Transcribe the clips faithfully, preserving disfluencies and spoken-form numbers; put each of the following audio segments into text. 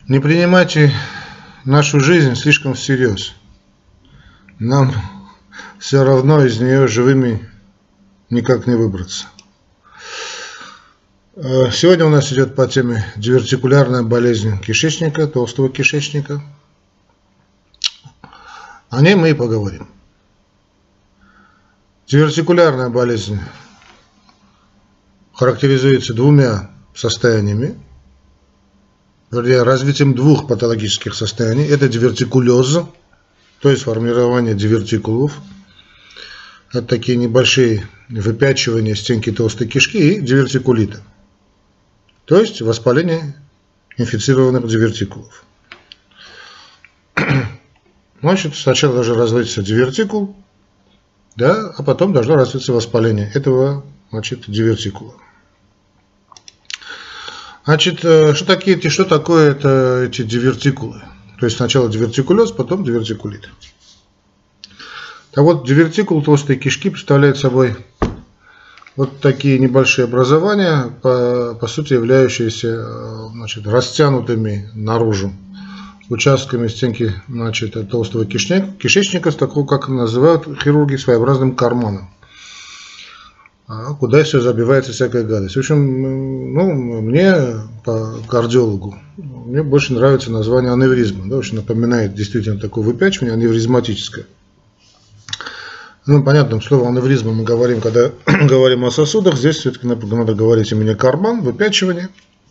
Не принимайте нашу жизнь слишком всерьез. Нам все равно из нее живыми никак не выбраться. Сегодня у нас идет по теме дивертикулярная болезнь кишечника, толстого кишечника. О ней мы и поговорим. Дивертикулярная болезнь характеризуется двумя состояниями, вернее, развитием двух патологических состояний. Это дивертикулез, то есть формирование дивертикулов. Это такие небольшие выпячивания стенки толстой кишки, и дивертикулита, то есть воспаление инфицированных дивертикулов. Значит, сначала должен развиться дивертикул, да, а потом должно развиться воспаление этого, значит, дивертикула. Значит, что, такие, что такое это, эти дивертикулы? То есть сначала дивертикулез, потом дивертикулит. Так вот, дивертикул толстой кишки представляет собой вот такие небольшие образования, по, по сути являющиеся, значит, растянутыми наружу участками стенки, значит, толстого кишечника, кишечника, с такого, как называют хирурги, своеобразным карманом, куда все забивается всякая гадость. В общем, ну, мне, по кардиологу, мне больше нравится название аневризма. Да, очень напоминает действительно такое выпячивание аневризматическое. Ну, понятным словом аневризма мы говорим, когда говорим о сосудах. Здесь все-таки надо говорить именно карман, выпячивание.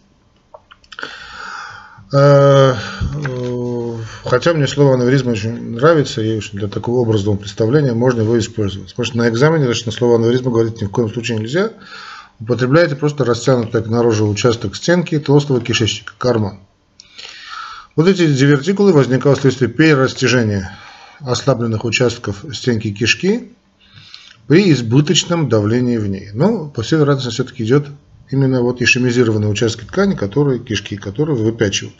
Хотя мне слово аневризма очень нравится, и для такого образного представления можно его использовать. Потому что на экзамене на слово аневризма говорить ни в коем случае нельзя. Употребляйте просто растянутый наружу участок стенки толстого кишечника, карман. Вот эти дивертикулы возникают вследствие перерастяжения ослабленных участков стенки кишки при избыточном давлении в ней. Но, по всей вероятности, все-таки идет именно вот ишемизированные участки ткани, которые кишки, которые выпячивают.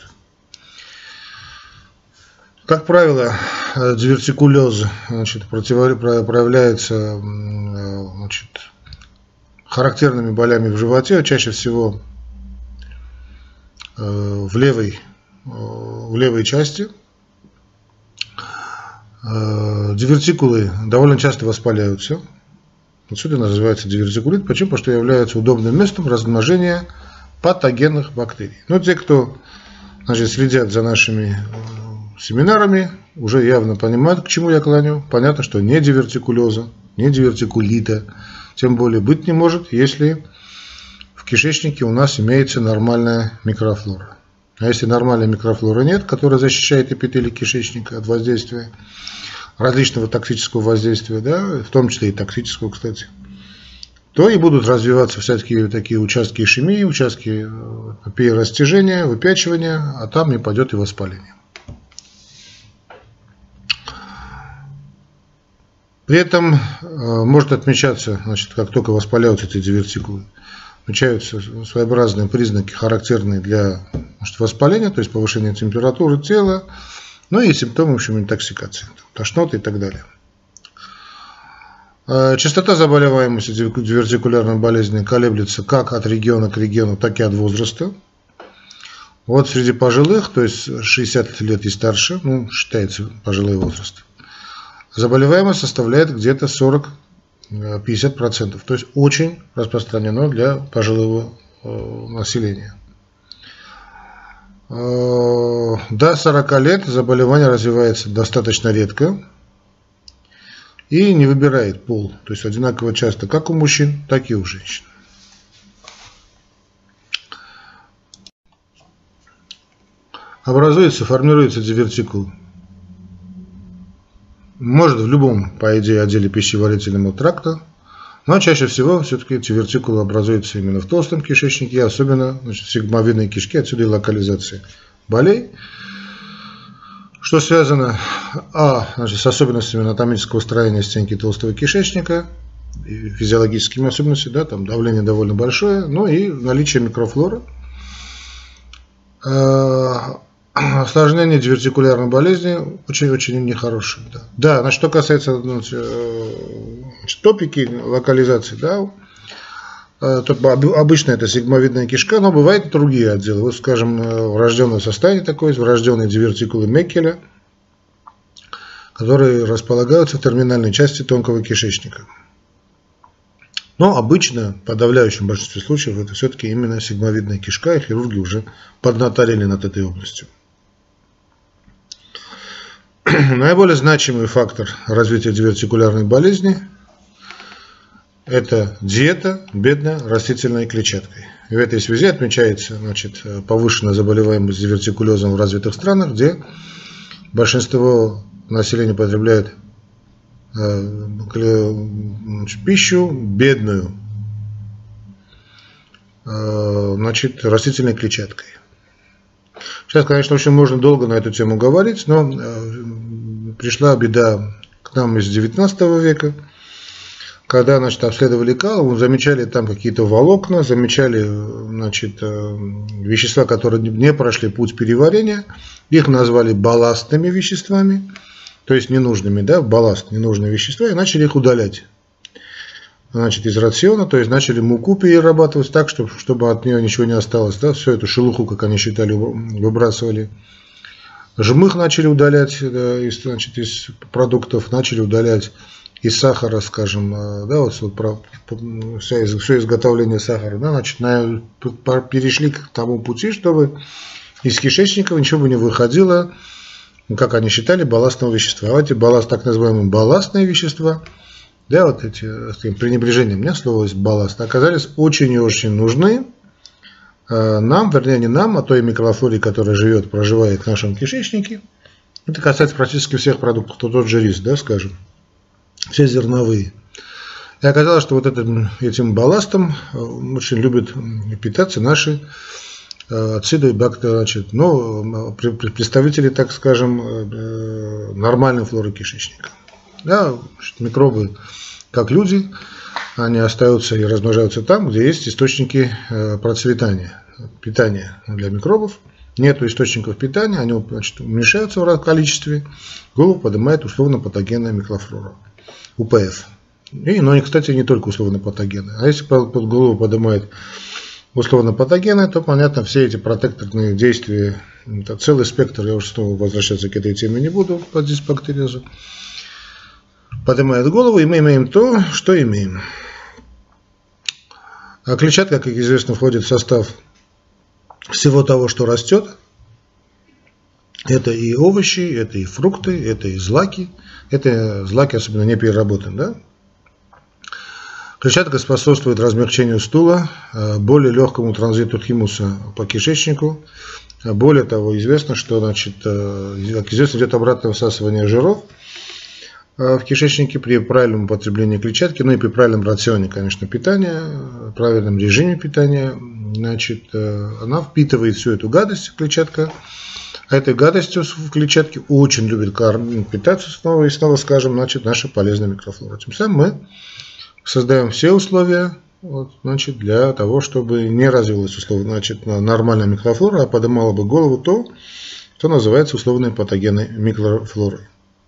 Как правило, дивертикулез, значит, проявляется, значит, характерными болями в животе, чаще всего в левой, в левой части. Дивертикулы довольно часто воспаляются. Отсюда называется дивертикулит. Почему? Потому что является удобным местом размножения патогенных бактерий. Но те, кто, значит, следят за нашими семинарами, уже явно понимают, к чему я клоню. Понятно, что не дивертикулеза, не дивертикулита, тем более быть не может, если в кишечнике у нас имеется нормальная микрофлора. А если нормальной микрофлоры нет, которая защищает эпителий кишечника от воздействия, различного токсического воздействия, да, в том числе и токсического, кстати, то и будут развиваться всякие такие участки ишемии, участки перерастяжения, выпячивания, а там и пойдет и воспаление. При этом может отмечаться, значит, как только воспаляются эти дивертикулы, отмечаются своеобразные признаки, характерные для, может, воспаления, то есть повышение температуры тела, ну и симптомы, в общем, интоксикации, тошноты и так далее. Частота заболеваемости дивертикулярной болезни колеблется как от региона к региону, так и от возраста. Вот среди пожилых, то есть шестьдесят лет и старше, ну, считается пожилой возраст, заболеваемость составляет где-то сорок-пятьдесят процентов, то есть очень распространено для пожилого населения. До сорока лет заболевание развивается достаточно редко и не выбирает пол, то есть одинаково часто как у мужчин, так и у женщин. Образуется, формируется дивертикул. Может в любом, по идее, отделе пищеварительного тракта, но чаще всего все-таки дивертикул образуется именно в толстом кишечнике, особенно, значит, в сигмовидной кишке, отсюда и локализация болей, что связано а, значит, с особенностями анатомического строения стенки толстого кишечника, и физиологическими особенностями, да, там давление довольно большое, ну и наличие микрофлоры. Осложнение дивертикулярной болезни очень-очень нехорошее. Да. Да, значит, что касается, значит, топики, локализации, да, Обычно это сигмовидная кишка, но бывают и другие отделы. Вот, скажем, врожденное состояние такое, врожденные дивертикулы Меккеля, которые располагаются в терминальной части тонкого кишечника. Но обычно, в подавляющем большинстве случаев, это все-таки именно сигмовидная кишка, и хирурги уже поднаторели над этой областью. Наиболее значимый фактор развития дивертикулярной болезни – это диета, бедная растительной клетчаткой. И в этой связи отмечается, значит, повышенная заболеваемость дивертикулезом в развитых странах, где большинство населения потребляет значит, пищу бедную, значит, растительной клетчаткой. Сейчас, конечно, очень можно долго на эту тему говорить, но пришла беда к нам из девятнадцатого века, когда, значит, обследовали кал, замечали там какие-то волокна, замечали, значит, вещества, которые не прошли путь переварения, их назвали балластными веществами, то есть ненужными, да, балласт, ненужные вещества, и начали их удалять, значит, из рациона, то есть начали муку перерабатывать так, чтобы, чтобы от нее ничего не осталось, да, всю эту шелуху, как они считали, выбрасывали. Жмых начали удалять, да, из, значит, из продуктов, начали удалять из сахара, скажем, да, вот, вот про, все, все изготовление сахара, да, значит, на, перешли к тому пути, чтобы из кишечника ничего бы не выходило, как они считали, балластного вещества. А эти балласт, так называемые балластные вещества, да, вот эти, с таким пренебрежением, мне слово есть балласт, оказались очень и очень нужны нам, вернее не нам, а той микрофлоре, которая живет, проживает в нашем кишечнике. Это касается практически всех продуктов, то тот же рис, да, скажем, все зерновые. И оказалось, что вот этим, этим балластом очень любят питаться наши ацидобактерии, значит, ну, представители, так скажем, нормальной флоры кишечника. Да, микробы, как люди, они остаются и размножаются там, где есть источники процветания, питания для микробов. Нет источников питания, они, значит, уменьшаются в количестве, голову поднимает условно-патогенная микрофлора, У П Ф. И, но, кстати, не только условно-патогенная. А если под голову поднимает условно-патогенная, то, понятно, все эти протекторные действия, это целый спектр, я уже снова возвращаться к этой теме не буду, под дисбактериозу, поднимает голову, и мы имеем то, что имеем. А клетчатка, как известно, входит в состав всего того, что растет. Это и овощи, это и фрукты, это и злаки. Это злаки особенно не переработаны, да? Клетчатка способствует размягчению стула, более легкому транзиту химуса по кишечнику. Более того, известно, что, значит, как известно, идет обратное всасывание жиров в кишечнике при правильном употреблении клетчатки, ну и при правильном рационе, конечно, питания, правильном режиме питания. Значит, она впитывает всю эту гадость, клетчатка. А этой гадостью в клетчатке очень любит питаться снова и снова, скажем, значит, наша полезная микрофлора. Тем самым мы создаем все условия, вот, значит, для того, чтобы не развилась условно, значит, нормальная микрофлора, а поднимала бы голову то, что называется условной патогенной микрофлорой.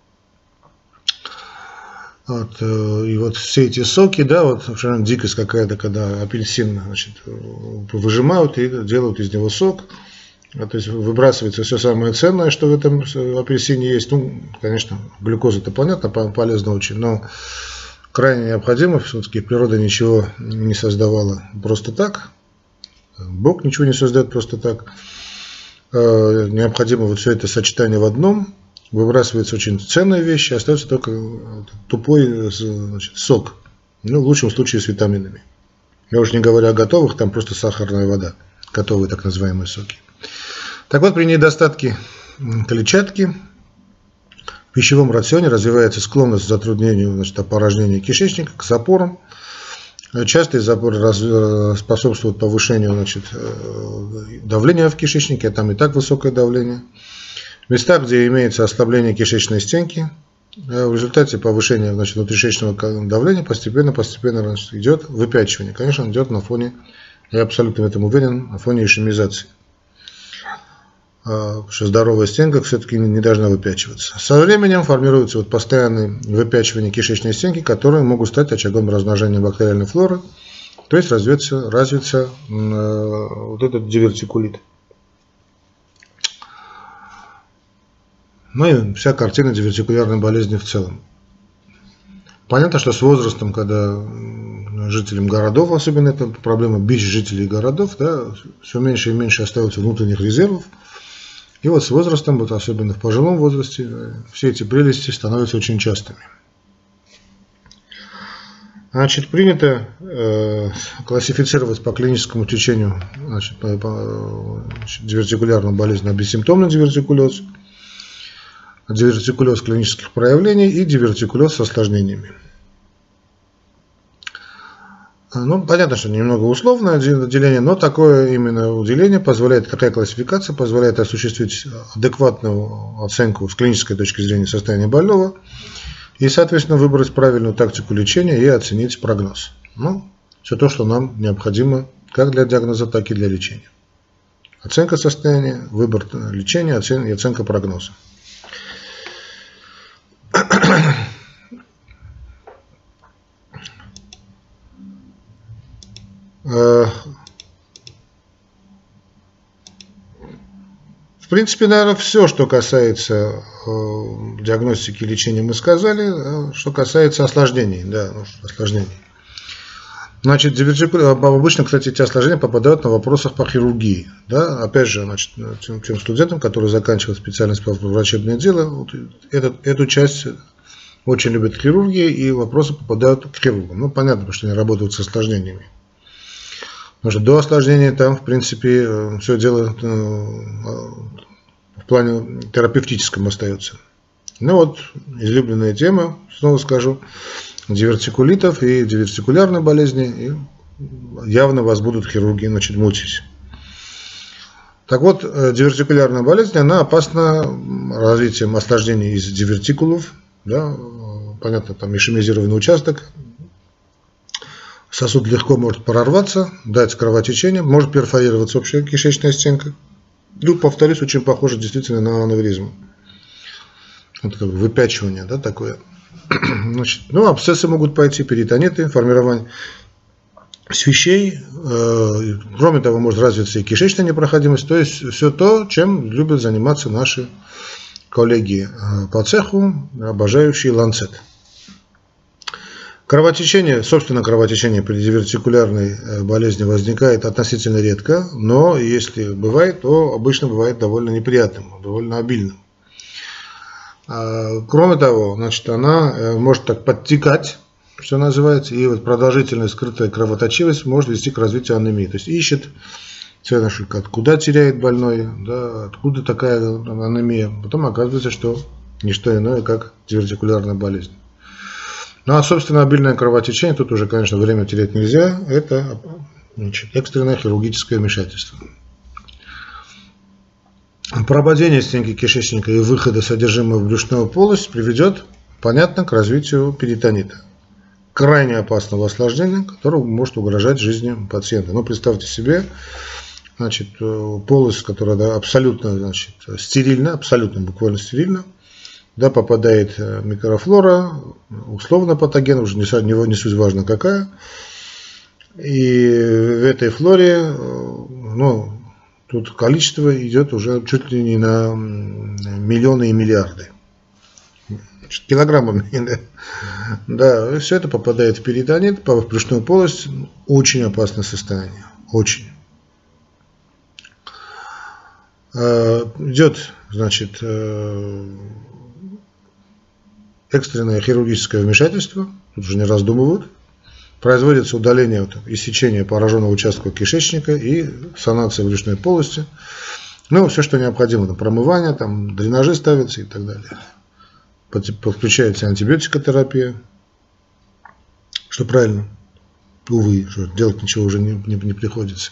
Вот, и вот все эти соки, да, вот совершенно дикость какая-то, когда апельсин, значит, выжимают и делают из него сок. То есть выбрасывается все самое ценное, что в этом апельсине есть. Ну, конечно, глюкоза-то понятно, полезно очень, но крайне необходимо. Все-таки природа ничего не создавала просто так. Бог ничего не создает просто так. Необходимо вот все это сочетание в одном. Выбрасывается очень ценные вещи, остается только тупой, значит, сок. Ну, в лучшем случае с витаминами. Я уж не говорю о готовых, там просто сахарная вода. Готовые так называемые соки. Так вот, при недостатке клетчатки в пищевом рационе развивается склонность к затруднению, значит, опорожнения кишечника, к запорам. Частые запоры способствуют повышению, значит, давления в кишечнике, а там и так высокое давление. В местах, где имеется ослабление кишечной стенки, в результате повышения, значит, внутрикишечного давления постепенно-постепенно, значит, идет выпячивание. Конечно, он идет на фоне, я абсолютно в этом уверен, на фоне ишемизации. Потому что здоровая стенка все-таки не должна выпячиваться. Со временем формируется вот постоянное выпячивание кишечной стенки, которые могут стать очагом размножения бактериальной флоры то есть развиться, развиться э, вот этот дивертикулит. Ну и вся картина дивертикулярной болезни в целом. Понятно, что с возрастом, когда жителям городов, особенно это проблема бич жителей городов, да, все меньше и меньше остается внутренних резервов. И вот с возрастом, вот особенно в пожилом возрасте, все эти прелести становятся очень частыми. Значит, принято э, классифицировать по клиническому течению значит, по, по, значит, дивертикулярную болезнь на бессимптомный дивертикулез, дивертикулез клинических проявлений и дивертикулез с осложнениями. Ну, понятно, что немного условное деление, но такое именно деление позволяет, такая классификация позволяет осуществить адекватную оценку с клинической точки зрения состояния больного и, соответственно, выбрать правильную тактику лечения и оценить прогноз. Ну, все то, что нам необходимо как для диагноза, так и для лечения. Оценка состояния, выбор лечения и оценка прогноза. В принципе, наверное, все, что касается диагностики и лечения, мы сказали. Что касается осложнений, да, осложнений. Значит, обычно, кстати, эти осложнения попадают на вопросах по хирургии. Да? Опять же, значит, тем, тем студентам, которые заканчивают специальность по врачебное дело, вот этот, эту часть очень любят хирургии, и вопросы попадают к хирургам. Ну, понятно, потому что они работают с осложнениями. Потому что до осложнения там, в принципе, все дело в плане терапевтическом остается. Ну вот, излюбленная тема, снова скажу, дивертикулитов и дивертикулярной болезни, и явно вас будут хирурги, значит, мучить. Так вот, дивертикулярная болезнь, она опасна развитием осложнений из дивертикулов, да, понятно, там ишемизированный участок, сосуд легко может прорваться, дать кровотечение, может перфорироваться общая кишечная стенка. Тут, повторюсь, очень похоже действительно на аневризму. Вот как бы выпячивание, да, такое. Значит, ну, абсцессы могут пойти, перитониты, формирование свищей. Э, кроме того, может развиться и кишечная непроходимость. То есть все то, чем любят заниматься наши коллеги по цеху, обожающие ланцет. Кровотечение, собственно, кровотечение при дивертикулярной болезни возникает относительно редко, но если бывает, то обычно бывает довольно неприятным, довольно обильным. Кроме того, значит, она может так подтекать, что называется, и вот продолжительная скрытая кровоточивость может вести к развитию анемии. То есть ищет ценошек, откуда теряет больной, да, откуда такая анемия. Потом оказывается, что не что иное, как дивертикулярная болезнь. Ну а, собственно, обильное кровотечение, тут уже, конечно, время терять нельзя, это, значит, экстренное хирургическое вмешательство. Прободение стенки кишечника и выхода содержимого в брюшную полость приведет, понятно, к развитию перитонита. Крайне опасного осложнения, которое может угрожать жизни пациента. Ну, представьте себе, значит, полость, которая, да, абсолютно, значит, стерильна, абсолютно буквально стерильна, да, попадает микрофлора, условно патоген, уже не, не, не суть важно какая. И в этой флоре, ну, тут количество идет уже чуть ли не на миллионы и миллиарды. Значит, килограммами. Да, да, все это попадает в перитонит, в брюшную полость. Очень опасное состояние. Очень. Идет, значит, экстренное хирургическое вмешательство, тут уже не раздумывают, производится удаление, вот, иссечение пораженного участка кишечника и санация брюшной полости. Ну, все, что необходимо, там, промывание, там, дренажи ставятся и так далее. Подключается антибиотикотерапия, что правильно, увы, что делать ничего уже не, не, не приходится.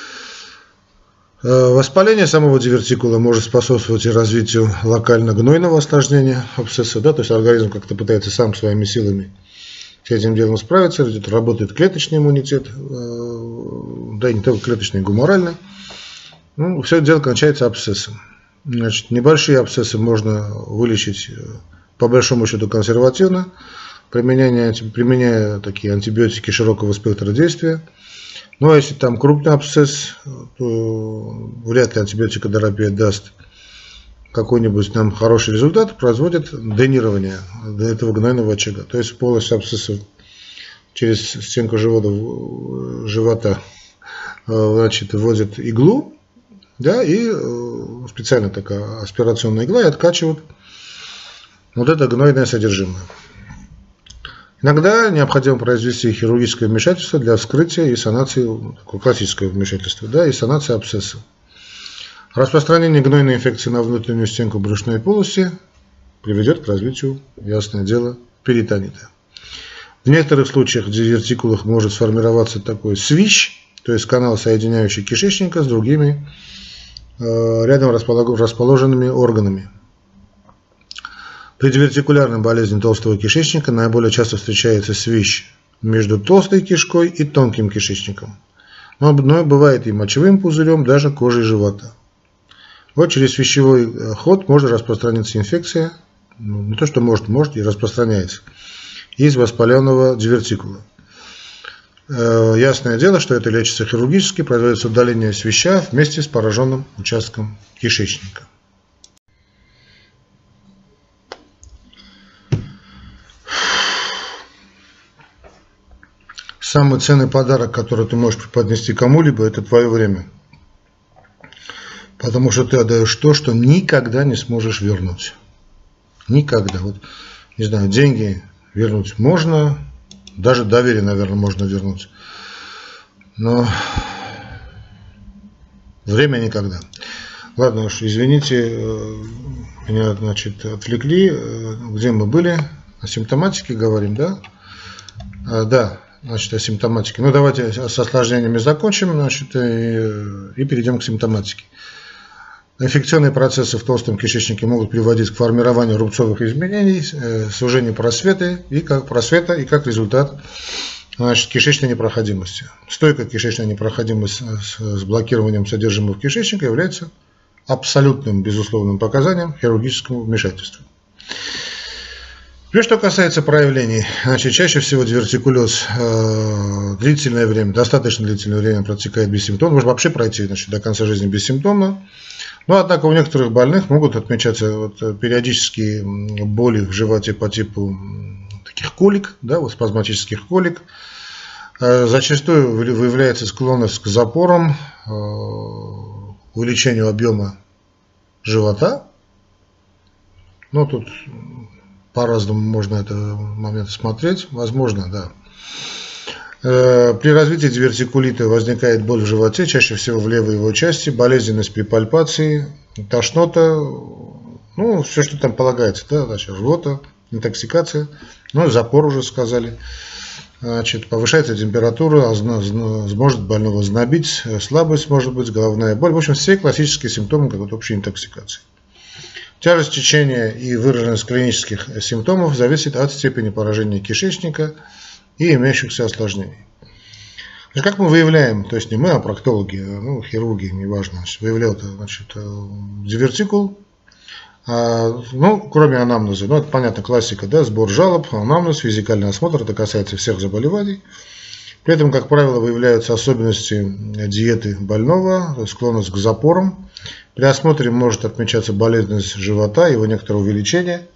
Воспаление самого дивертикула может способствовать и развитию локально-гнойного осложнения абсцесса, да, то есть организм как-то пытается сам своими силами с этим делом справиться, работает клеточный иммунитет, да и не только клеточный, и гуморальный. Ну, все это дело кончается абсцессом. Значит, небольшие абсцессы можно вылечить по большому счету консервативно, применяя, применяя такие антибиотики широкого спектра действия. Ну а если там крупный абсцесс, то вряд ли антибиотикотерапия даст какой-нибудь нам хороший результат, производит дренирование до этого гнойного очага. То есть в полость абсцесса через стенку живота, живота значит, вводят иглу, да, и специально такая аспирационная игла, и откачивают вот это гнойное содержимое. Иногда необходимо произвести хирургическое вмешательство для вскрытия и санации, такое классическое вмешательство, да, и санации абсцесса. Распространение гнойной инфекции на внутреннюю стенку брюшной полости приведет к развитию, ясное дело, перитонита. В некоторых случаях в дивертикулах может сформироваться такой свищ, то есть канал, соединяющий кишечника с другими э, рядом расположенными органами. При дивертикулярной болезни толстого кишечника наиболее часто встречается свищ между толстой кишкой и тонким кишечником, но бывает и мочевым пузырем, даже кожей живота. Вот через свищевой ход может распространиться инфекция, ну, не то что может, может и распространяется, из воспаленного дивертикула. Э, ясное дело, что это лечится хирургически, производится удаление свища вместе с пораженным участком кишечника. Самый ценный подарок, который ты можешь преподнести кому-либо, это твое время. Потому что ты отдаешь то, что никогда не сможешь вернуть. Никогда. Вот, не знаю, деньги вернуть можно, даже доверие, наверное, можно вернуть. Но время никогда. Ладно уж, извините, меня, значит, отвлекли. Где мы были? О симптоматике говорим, да? А, да. Значит, о симптоматике. Ну, давайте с осложнениями закончим, значит, и, и перейдем к симптоматике. Инфекционные процессы в толстом кишечнике могут приводить к формированию рубцовых изменений, э, сужению просвета и как просвета и как результат, значит, кишечной непроходимости. Стойкая кишечная непроходимость с, с блокированием содержимого кишечника является абсолютным безусловным показанием хирургическому вмешательству. Теперь, что касается проявлений, значит, чаще всего дивертикулез э, длительное время, достаточно длительное время протекает бессимптомно, может вообще пройти, значит, до конца жизни бессимптомно. Но, однако, у некоторых больных могут отмечаться вот, периодические боли в животе по типу таких колик, да, вот спазматических колик. Э, зачастую выявляется склонность к запорам, э, увеличению объема живота. Ну, тут по-разному можно этот момент смотреть. Возможно, да. При развитии дивертикулита возникает боль в животе, чаще всего в левой его части, болезненность при пальпации, тошнота, ну, все, что там полагается, да, значит, рвота, интоксикация, ну, запор уже сказали. Значит, повышается температура, может больного знобить, слабость может быть, головная боль. В общем, все классические симптомы как вот общей интоксикации. Тяжесть течения и выраженность клинических симптомов зависит от степени поражения кишечника и имеющихся осложнений. Как мы выявляем, то есть не мы, а проктологи, ну, хирурги, неважно, выявляют, значит, дивертикул, а, ну, кроме анамнеза, ну, это понятно, классика, да, сбор жалоб, анамнез, физикальный осмотр, это касается всех заболеваний. При этом, как правило, выявляются особенности диеты больного, склонность к запорам. При осмотре может отмечаться болезненность живота, его некоторое увеличение.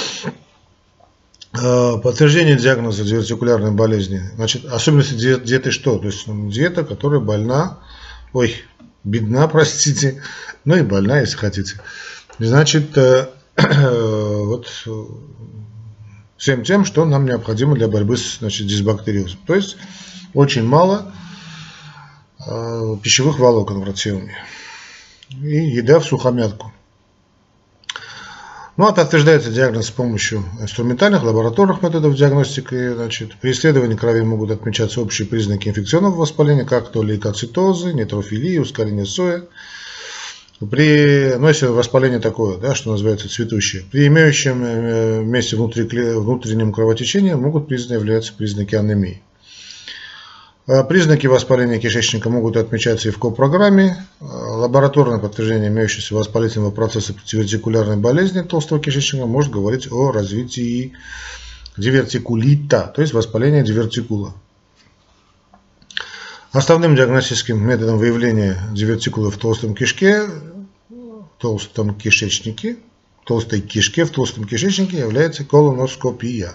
Подтверждение диагноза дивертикулярной болезни. Значит, особенности диеты что? То есть диета, которая больна, ой, бедна, простите, ну и больна, если хотите. Значит, вот всем тем, что нам необходимо для борьбы с, значит, дисбактериозом. То есть очень мало пищевых волокон в рационе. И еда в сухомятку. Ну, а подтверждается диагноз с помощью инструментальных лабораторных методов диагностики. Значит, при исследовании крови могут отмечаться общие признаки инфекционного воспаления, как то лейкоцитозы, нейтрофилии, ускорение соя. При, ну, если воспаление такое, да, что называется цветущее, при имеющем месте внутри, внутреннем кровотечении могут являться признаки анемии. Признаки воспаления кишечника могут отмечаться и в КОП-программе. Лабораторное подтверждение имеющегося воспалительного процесса дивертикулярной болезни толстого кишечника может говорить о развитии дивертикулита, то есть воспаление дивертикула. Основным диагностическим методом выявления дивертикула в толстом кишке, в толстом кишечнике, толстой кишке в толстом кишечнике является колоноскопия.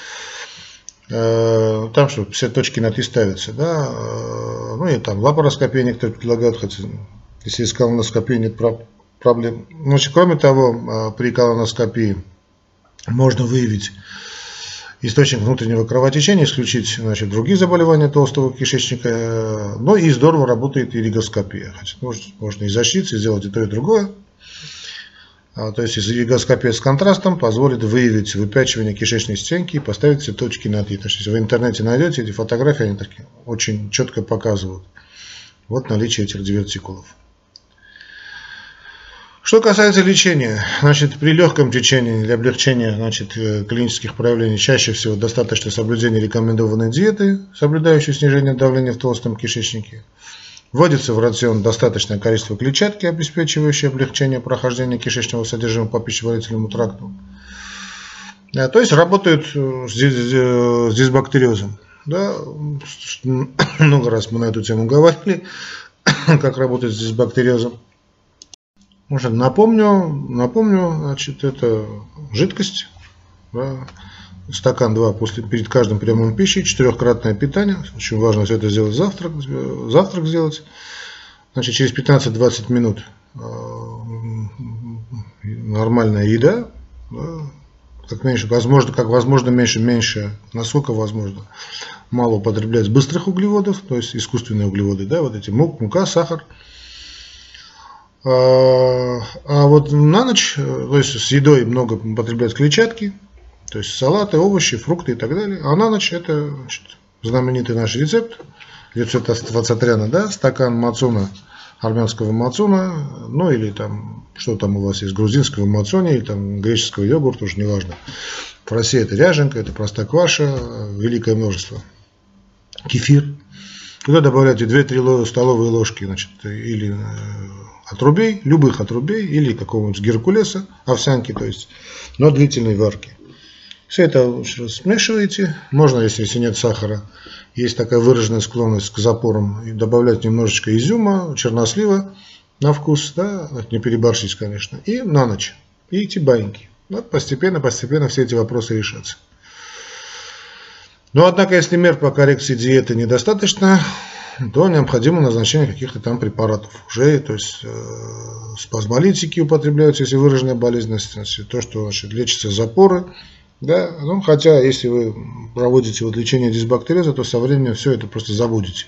Там что, все точки над «и» ставятся, да, ну и там лапароскопия некоторые предлагают, хотя если с колоноскопией нет проблем. Значит, кроме того, при колоноскопии можно выявить источник внутреннего кровотечения, исключить, значит, другие заболевания толстого кишечника, но и здорово работает иригоскопия. Хотя можно, можно изощриться и сделать и то, и другое. То есть иригоскопия с контрастом позволит выявить выпячивание кишечной стенки и поставить все точки над «и». Если вы в интернете найдете эти фотографии, они такие очень четко показывают вот наличие этих дивертикулов. Что касается лечения, значит, при легком течении для облегчения, значит, клинических проявлений чаще всего достаточно соблюдения рекомендованной диеты, соблюдающей снижение давления в толстом кишечнике. Вводится в рацион достаточное количество клетчатки, обеспечивающей облегчение прохождения кишечного содержимого по пищеварительному тракту. То есть работают с дисбактериозом. Да? Много раз мы на эту тему говорили, как работать с дисбактериозом. Может, напомню, напомню, значит, это жидкость, да, стакан два после, перед каждым приемом пищи, четырехкратное питание, очень важно все это сделать, завтрак, завтрак сделать, значит, через пятнадцать-двадцать минут э, нормальная еда, да, как меньше, возможно, как возможно меньше, меньше, насколько возможно, мало употреблять быстрых углеводов, то есть искусственные углеводы, да, вот эти мук, мука, сахар. А вот на ночь, то есть с едой много употребляют клетчатки, то есть салаты, овощи, фрукты и так далее. А на ночь это, значит, знаменитый наш рецепт, рецепт Астафацатряна, да, стакан мацуна, армянского мацуна, ну или там, что там у вас есть, грузинского мацуни, или там греческого йогурта, уже неважно. В России это ряженка, это простокваша, великое множество. Кефир. Туда добавляйте две-три столовые ложки, значит, или отрубей, любых отрубей, или какого-нибудь геркулеса, овсянки, то есть, но длительной варки. Все это лучше смешиваете. Можно, если, если нет сахара, есть такая выраженная склонность к запорам, и добавлять немножечко изюма, чернослива на вкус, да, не переборщить, конечно, и на ночь, и идти баиньки. Вот постепенно, постепенно все эти вопросы решатся. Но, однако, если мер по коррекции диеты недостаточно, то необходимо назначение каких-то там препаратов. Уже, то есть э, спазмолитики употребляются, если выраженная болезненность, значит, то, что, значит, лечатся запоры. Да? Ну, хотя, если вы проводите вот лечение дисбактериоза, то со временем все это просто забудете.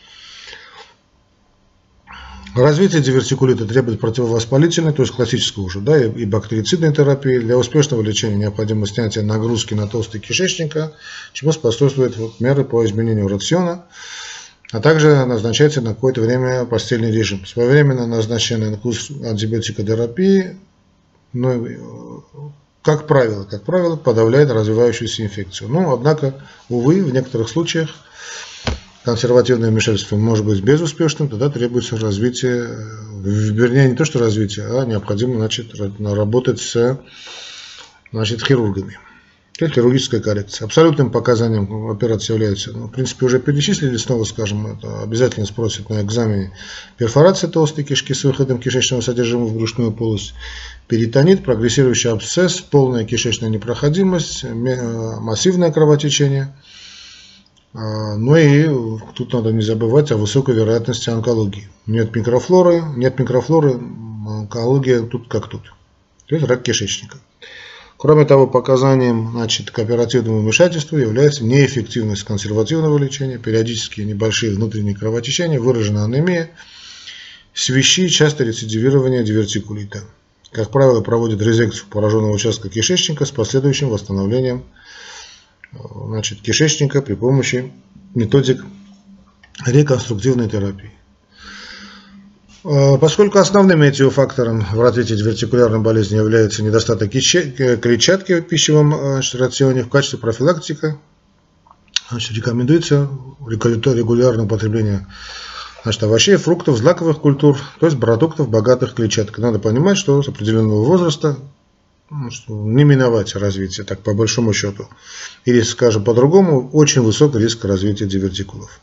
Развитие дивертикулита требует противовоспалительной, то есть классического уже, да, и бактерицидной терапии. Для успешного лечения необходимо снятие нагрузки на толстый кишечника, чему способствуют вот меры по изменению рациона, а также назначается на какое-то время постельный режим. Своевременно назначенный курс антибиотикотерапии, ну, как правило, как правило, подавляет развивающуюся инфекцию. Но, однако, увы, в некоторых случаях консервативное вмешательство может быть безуспешным, тогда требуется развитие, вернее, не то что развитие, а необходимо, значит, работать с, значит, хирургами. Это хирургическая коррекция. Абсолютным показанием операции является, ну, в принципе, уже перечислили, снова скажем, это обязательно спросят на экзамене: перфорация толстой кишки с выходом кишечного содержимого в брюшную полость, перитонит, прогрессирующий абсцесс, полная кишечная непроходимость, массивное кровотечение. Ну и тут надо не забывать о высокой вероятности онкологии. Нет микрофлоры, нет микрофлоры, онкология тут как тут. То есть рак кишечника. Кроме того, показанием, значит, к оперативному вмешательству является неэффективность консервативного лечения, периодические небольшие внутренние кровотечения, выраженная анемия, свищи, частое рецидивирование дивертикулита. Как правило, проводят резекцию пораженного участка кишечника с последующим восстановлением, значит, кишечника при помощи методик реконструктивной терапии. Поскольку основным этиофактором в развитии дивертикулярной болезни является недостаток клетчатки в пищевом, значит, рационе, в качестве профилактики, значит, рекомендуется регулярное употребление, значит, овощей, фруктов, злаковых культур, то есть продуктов, богатых клетчаткой. Надо понимать, что с определенного возраста не миновать развитие, так по большому счету. Или, скажем по-другому, очень высокий риск развития дивертикулов.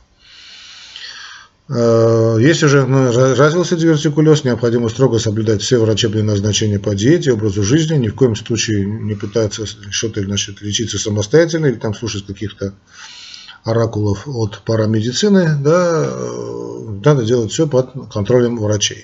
Если же развился дивертикулез, необходимо строго соблюдать все врачебные назначения по диете, образу жизни, ни в коем случае не пытаться что-то, значит, лечиться самостоятельно или там слушать каких-то оракулов от парамедицины, да, надо делать все под контролем врачей.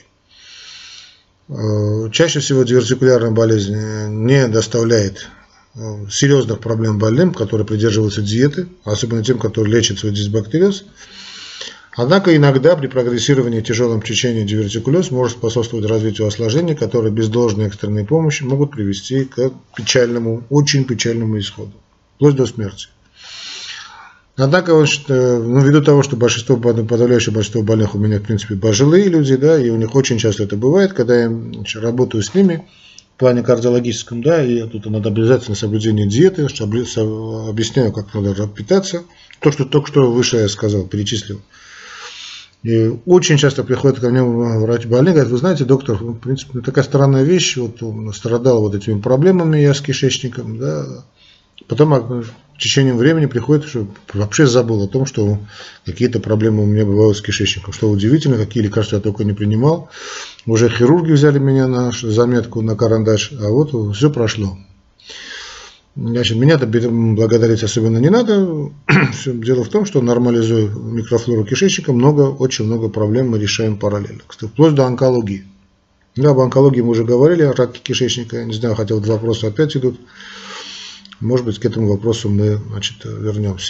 Чаще всего дивертикулярная болезнь не доставляет серьезных проблем больным, которые придерживаются диеты, особенно тем, которые лечат свой дисбактериоз. Однако иногда при прогрессировании тяжелом течении дивертикулез может способствовать развитию осложнений, которые без должной экстренной помощи могут привести к печальному, очень печальному исходу, вплоть до смерти. Однако, ну, ввиду того, что большинство, подавляющее большинство больных у меня, в принципе, пожилые люди, да, и у них очень часто это бывает, когда я работаю с ними в плане кардиологическом, да, и тут надо обязательно соблюдение диеты, что объясняю, как надо питаться, то, что только что выше я сказал, перечислил. И очень часто приходит ко мне врач больный, говорит: вы знаете, доктор, в принципе, такая странная вещь, вот он страдал вот этими проблемами я с кишечником, да, потом в течение времени приходит, что вообще забыл о том, что какие-то проблемы у меня бывают с кишечником, что удивительно, какие лекарства я только не принимал, уже хирурги взяли меня на заметку, на карандаш, а вот все прошло. Значит, меня-то благодарить особенно не надо. Дело в том, что нормализуя микрофлору кишечника, много, очень много проблем мы решаем параллельно. Кстати, вплоть до онкологии. Да, об онкологии мы уже говорили, о раке кишечника. Не знаю, хотя вот вопросы опять идут. Может быть, к этому вопросу мы, значит, вернемся.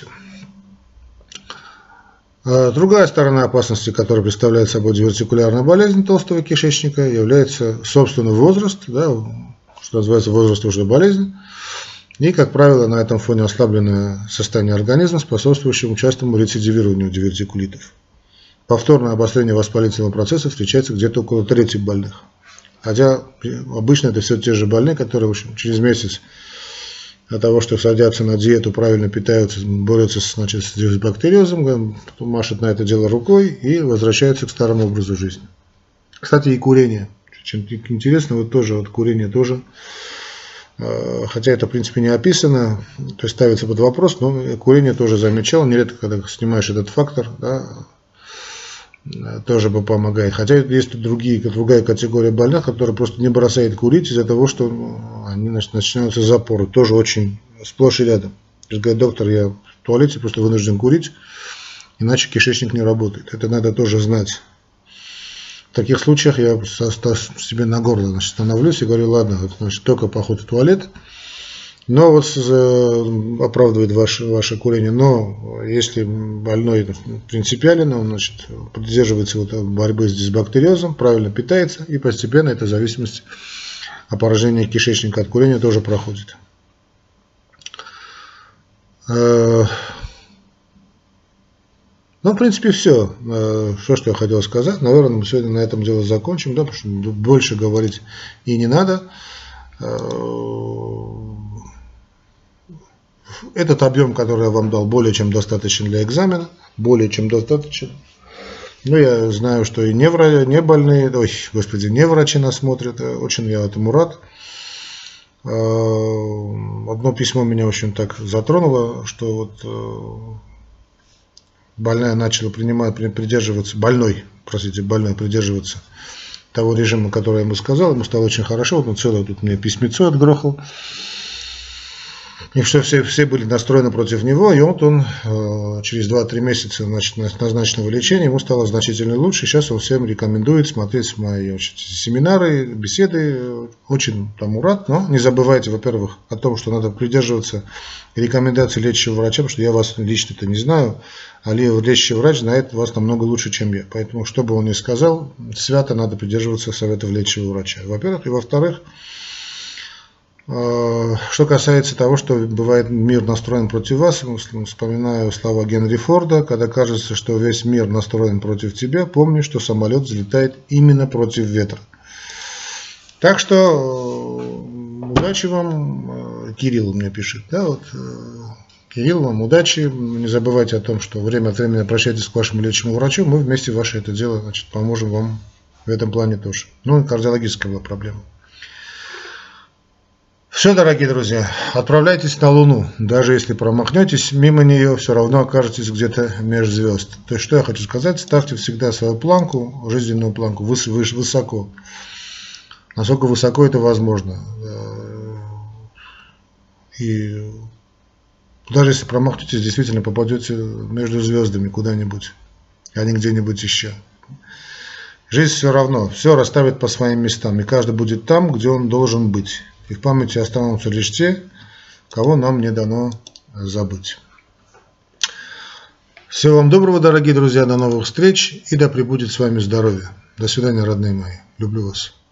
Другая сторона опасности, которая представляет собой дивертикулярная болезнь толстого кишечника, является собственный возраст, да, что называется возраст уже болезни. И, как правило, на этом фоне ослабленное состояние организма, способствующему частому рецидивированию дивертикулитов. Повторное обострение воспалительного процесса встречается где-то около трети больных. Хотя обычно это все те же больные, которые, в общем, через месяц от того, что садятся на диету, правильно питаются, борются, значит, с дисбактериозом, машут на это дело рукой и возвращаются к старому образу жизни. Кстати, и курение. Чем интересно, вот тоже вот курение тоже. Хотя это, в принципе, не описано, то есть ставится под вопрос, но курение тоже замечал. Нередко, когда снимаешь этот фактор, да, тоже помогает. Хотя есть другие, другая категория больных, которые просто не бросают курить из-за того, что они начинаются запоры. Тоже очень сплошь и рядом. То есть говорят: доктор, я в туалете просто вынужден курить, иначе кишечник не работает. Это надо тоже знать. В таких случаях я себе на горло, значит, становлюсь и говорю: ладно, значит, только поход в туалет, но вот оправдывает ваше, ваше курение. Но если больной принципиален, он, значит, придерживается вот борьбы с дисбактериозом, правильно питается, и постепенно эта зависимость от поражения кишечника от курения тоже проходит. Ну, в принципе, все, все, что я хотел сказать. Наверное, мы сегодня на этом дело закончим, да, потому что больше говорить и не надо. Этот объем, который я вам дал, более чем достаточен для экзамена, более чем достаточен. Но я знаю, что и не, вра... не больные, ой, господи, не врачи нас смотрят, очень я этому рад. Одно письмо меня очень так затронуло, что вот больная начала принимать, придерживаться, больной, простите, больной придерживаться того режима, который я ему сказал, ему стало очень хорошо, вот он целое тут мне письмецо отгрохал, и что все, все были настроены против него, и вот он э, через два-три месяца, значит, назначенного лечения ему стало значительно лучше, сейчас он всем рекомендует смотреть мои, значит, семинары, беседы, очень тому рад, но не забывайте, во-первых, о том, что надо придерживаться рекомендаций лечащего врача, потому что я вас лично-то не знаю, а лечащий врач знает вас намного лучше, чем я. Поэтому, что бы он ни сказал, свято надо придерживаться советов лечащего врача. Во-первых. И во-вторых, что касается того, что бывает мир настроен против вас, вспоминаю слова Генри Форда: когда кажется, что весь мир настроен против тебя, помни, что самолет взлетает именно против ветра. Так что удачи вам, Кирилл мне пишет, да, вот. Кирилл, вам удачи, не забывайте о том, что время от времени обращайтесь к вашему лечащему врачу, мы вместе ваше это дело, значит, поможем вам в этом плане тоже. Ну, кардиологическая была проблема. Все, дорогие друзья, отправляйтесь на Луну. Даже если промахнетесь мимо нее, все равно окажетесь где-то между звезд. То есть, что я хочу сказать, ставьте всегда свою планку, жизненную планку, выс выше, высоко. Насколько высоко это возможно. И даже если промахнетесь, действительно попадете между звездами куда-нибудь, а не где-нибудь еще. Жизнь все равно, все расставит по своим местам, и каждый будет там, где он должен быть. И в памяти останутся лишь те, кого нам не дано забыть. Всего вам доброго, дорогие друзья, до новых встреч, и да пребудет с вами здоровье. До свидания, родные мои. Люблю вас.